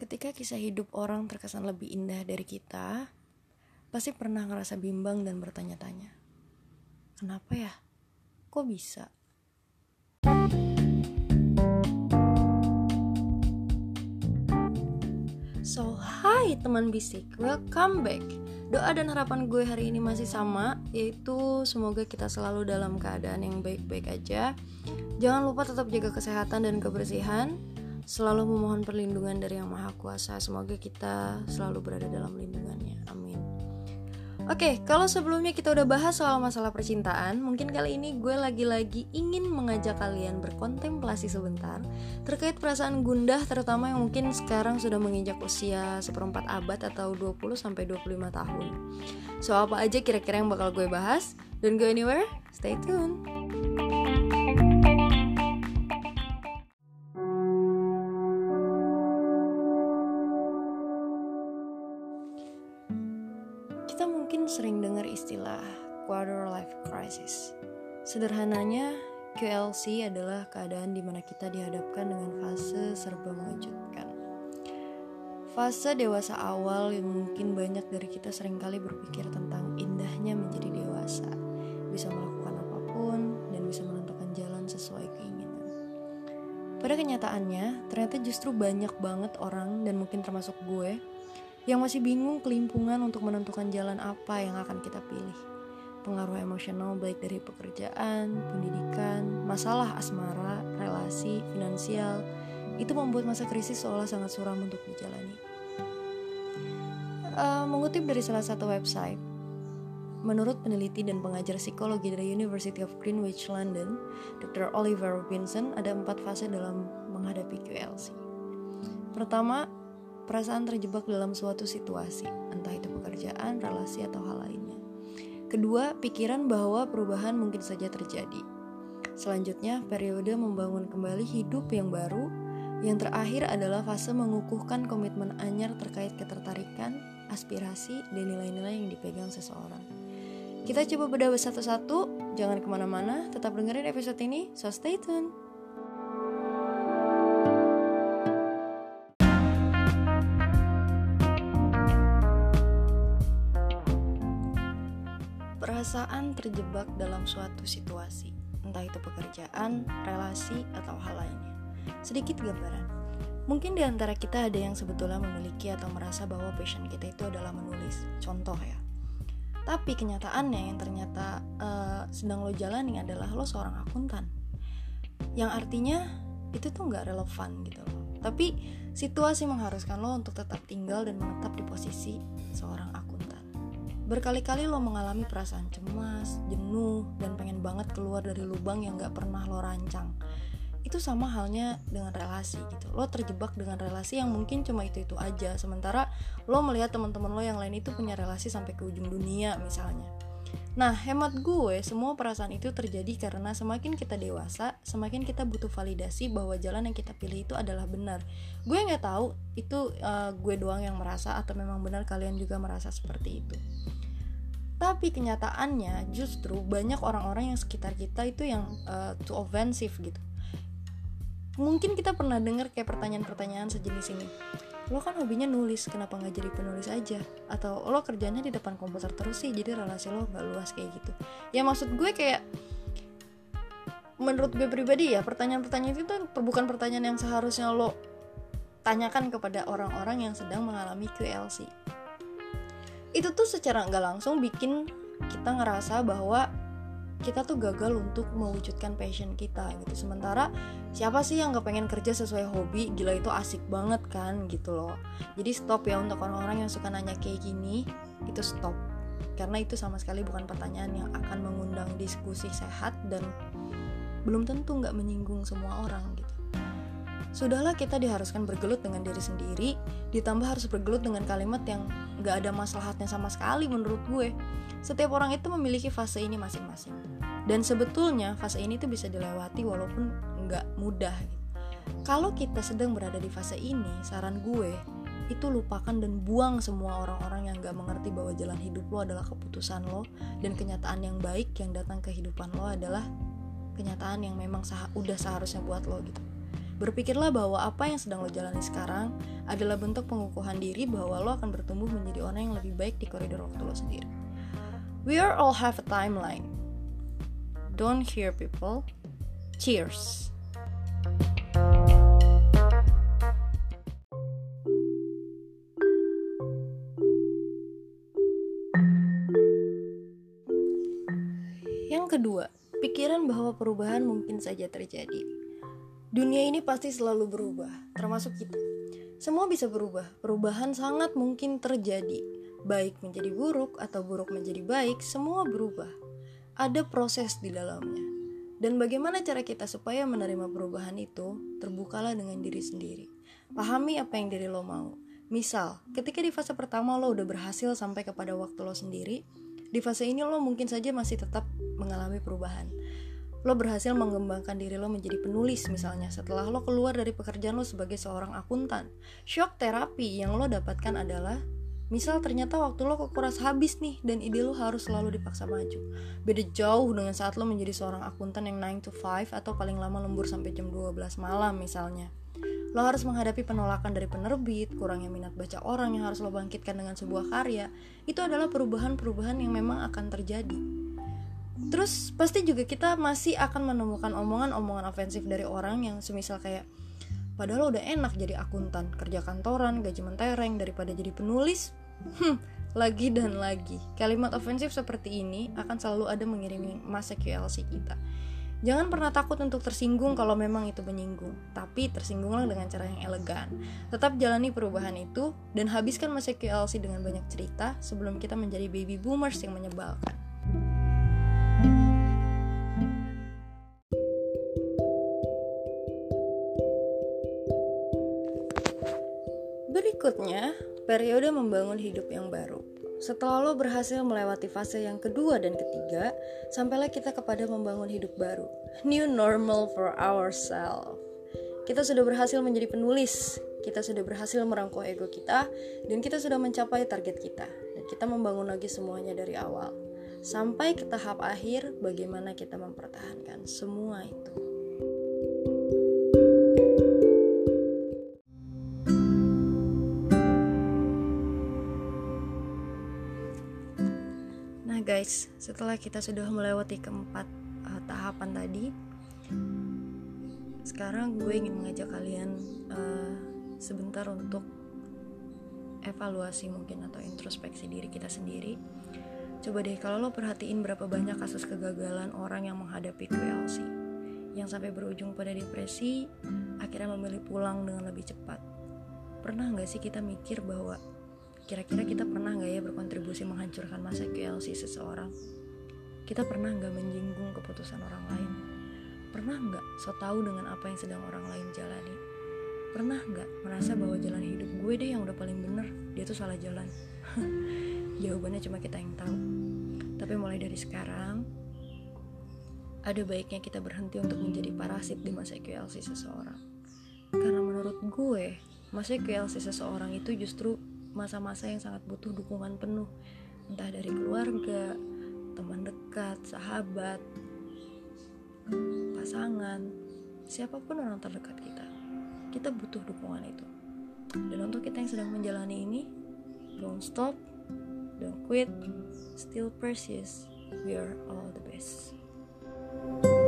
Ketika kisah hidup orang terkesan lebih indah dari kita, pasti pernah ngerasa bimbang dan bertanya-tanya, kenapa ya? Kok bisa? So, hai teman bisik, welcome back. Doa dan harapan gue hari ini masih sama, yaitu semoga kita selalu dalam keadaan yang baik-baik aja. Jangan lupa tetap jaga kesehatan dan kebersihan. Selalu memohon perlindungan dari Yang Maha Kuasa. Semoga kita selalu berada dalam lindungannya. Amin. Oke, kalau sebelumnya kita udah bahas soal masalah percintaan, mungkin kali ini gue lagi-lagi ingin mengajak kalian berkontemplasi sebentar terkait perasaan gundah, terutama yang mungkin sekarang sudah menginjak usia seperempat abad atau 20-25 tahun. So, apa aja kira-kira yang bakal gue bahas? Don't go anywhere, stay tuned. Kita mungkin sering dengar istilah quarter life crisis. Sederhananya, QLC adalah keadaan di mana kita dihadapkan dengan fase serba mengejutkan. Fase dewasa awal yang mungkin banyak dari kita seringkali berpikir tentang indahnya menjadi dewasa, bisa melakukan apapun dan bisa menentukan jalan sesuai keinginan. Pada kenyataannya, ternyata justru banyak banget orang, dan mungkin termasuk gue, yang masih bingung kelimpungan untuk menentukan jalan apa yang akan kita pilih. Pengaruh emosional baik dari pekerjaan, pendidikan, masalah asmara, relasi, finansial, itu membuat masa krisis seolah sangat suram untuk dijalani. Mengutip dari salah satu website, menurut peneliti dan pengajar psikologi dari University of Greenwich, London, Dr. Oliver Robinson, ada 4 fase dalam menghadapi QLC. Pertama, perasaan terjebak dalam suatu situasi, entah itu pekerjaan, relasi, atau hal lainnya. Kedua, pikiran bahwa perubahan mungkin saja terjadi. Selanjutnya, periode membangun kembali hidup yang baru. Yang terakhir adalah fase mengukuhkan komitmen anyar terkait ketertarikan, aspirasi, dan nilai-nilai yang dipegang seseorang. Kita coba bedah satu-satu, jangan kemana-mana, tetap dengerin episode ini, so stay tune. Perasaan terjebak dalam suatu situasi, entah itu pekerjaan, relasi, atau hal lainnya. Sedikit gambaran. Mungkin di antara kita ada yang sebetulnya memiliki atau merasa bahwa passion kita itu adalah menulis. Contoh ya. Tapi kenyataannya yang ternyata sedang lo jalani adalah lo seorang akuntan. Yang artinya itu tuh gak relevan gitu loh. Tapi situasi mengharuskan lo untuk tetap tinggal dan menetap di posisi seorang akuntan. Berkali-kali lo mengalami perasaan cemas, jenuh, dan pengen banget keluar dari lubang yang gak pernah lo rancang. Itu sama halnya dengan relasi gitu. Lo terjebak dengan relasi yang mungkin cuma itu-itu aja, sementara lo melihat teman-teman lo yang lain itu punya relasi sampai ke ujung dunia misalnya. Nah, hemat gue, semua perasaan itu terjadi karena semakin kita dewasa, semakin kita butuh validasi bahwa jalan yang kita pilih itu adalah benar. Gue gak tahu itu gue doang yang merasa atau memang benar kalian juga merasa seperti itu. Tapi kenyataannya justru banyak orang-orang yang sekitar kita itu yang too offensive gitu. Mungkin kita pernah dengar kayak pertanyaan-pertanyaan sejenis ini. Lo kan hobinya nulis, kenapa gak jadi penulis aja? Atau lo kerjanya di depan komputer terus sih, jadi relasi lo gak luas kayak gitu. Ya maksud gue kayak, menurut gue pribadi ya, pertanyaan-pertanyaan itu tuh bukan pertanyaan yang seharusnya lo tanyakan kepada orang-orang yang sedang mengalami QLC. Itu tuh secara gak langsung bikin kita ngerasa bahwa kita tuh gagal untuk mewujudkan passion kita gitu. Sementara siapa sih yang gak pengen kerja sesuai hobi? Gila, itu asik banget kan gitu loh. Jadi stop ya untuk orang-orang yang suka nanya kayak gini. Itu stop. Karena itu sama sekali bukan pertanyaan yang akan mengundang diskusi sehat, dan belum tentu gak menyinggung semua orang gitu. Sudahlah, kita diharuskan bergelut dengan diri sendiri, ditambah harus bergelut dengan kalimat yang gak ada maslahatnya sama sekali menurut gue. Setiap orang itu memiliki fase ini masing-masing. Dan sebetulnya fase ini tuh bisa dilewati walaupun gak mudah gitu. Kalau kita sedang berada di fase ini, saran gue, itu lupakan dan buang semua orang-orang yang gak mengerti bahwa jalan hidup lo adalah keputusan lo, dan kenyataan yang baik yang datang ke kehidupan lo adalah kenyataan yang memang udah seharusnya buat lo gitu. Berpikirlah bahwa apa yang sedang lo jalani sekarang adalah bentuk pengukuhan diri bahwa lo akan bertumbuh menjadi orang yang lebih baik di koridor waktu lo sendiri. We all have a timeline. Don't hear people. Cheers. Yang kedua, pikiran bahwa perubahan mungkin saja terjadi. Dunia ini pasti selalu berubah, termasuk kita. Semua bisa berubah, perubahan sangat mungkin terjadi. Baik menjadi buruk atau buruk menjadi baik, semua berubah. Ada proses di dalamnya. Dan bagaimana cara kita supaya menerima perubahan itu? Terbukalah dengan diri sendiri. Pahami apa yang diri lo mau. Misal, ketika di fase pertama lo udah berhasil sampai kepada waktu lo sendiri, di fase ini lo mungkin saja masih tetap mengalami perubahan. Lo berhasil mengembangkan diri lo menjadi penulis misalnya setelah lo keluar dari pekerjaan lo sebagai seorang akuntan. Shock terapi yang lo dapatkan adalah misal ternyata waktu lo kekuras habis nih dan ide lo harus selalu dipaksa maju. Beda jauh dengan saat lo menjadi seorang akuntan yang 9 to 5 atau paling lama lembur sampai jam 12 malam misalnya. Lo harus menghadapi penolakan dari penerbit, kurangnya minat baca orang yang harus lo bangkitkan dengan sebuah karya. Itu adalah perubahan-perubahan yang memang akan terjadi. Terus pasti juga kita masih akan menemukan omongan-omongan ofensif dari orang yang semisal kayak, padahal lo udah enak jadi akuntan, kerja kantoran, gaji mentereng daripada jadi penulis. Lagi dan lagi. Kalimat ofensif seperti ini akan selalu ada mengiringi masa QLC kita. Jangan pernah takut untuk tersinggung kalau memang itu menyinggung, tapi tersinggunglah dengan cara yang elegan. Tetap jalani perubahan itu dan habiskan masa QLC dengan banyak cerita sebelum kita menjadi baby boomers yang menyebalkan. Berikutnya, periode membangun hidup yang baru. Setelah lo berhasil melewati fase yang kedua dan ketiga, sampailah kita kepada membangun hidup baru. New normal for ourselves. Kita sudah berhasil menjadi penulis, kita sudah berhasil merangkul ego kita, dan kita sudah mencapai target kita. Dan kita membangun lagi semuanya dari awal. Sampai ke tahap akhir, bagaimana kita mempertahankan semua itu. Guys, setelah kita sudah melewati keempat tahapan tadi, sekarang gue ingin mengajak kalian sebentar untuk evaluasi mungkin atau introspeksi diri kita sendiri. Coba deh kalau lo perhatiin berapa banyak kasus kegagalan orang yang menghadapi QLC yang sampai berujung pada depresi, akhirnya memilih pulang dengan lebih cepat. Pernah gak sih kita mikir bahwa kira-kira kita pernah gak ya berkontribusi menghancurkan masa QLC seseorang? Kita pernah gak menyinggung keputusan orang lain? Pernah gak so tau dengan apa yang sedang orang lain jalani? Pernah gak merasa bahwa jalan hidup gue deh yang udah paling bener, dia tuh salah jalan? Jawabannya cuma kita yang tahu. Tapi mulai dari sekarang, ada baiknya kita berhenti untuk menjadi parasit di masa QLC seseorang. Karena menurut gue, masa QLC seseorang itu justru masa-masa yang sangat butuh dukungan penuh, entah dari keluarga, teman dekat, sahabat, pasangan, siapapun orang terdekat kita. Kita butuh dukungan itu. Dan untuk kita yang sedang menjalani ini, don't stop, don't quit, still precious, we are all the best.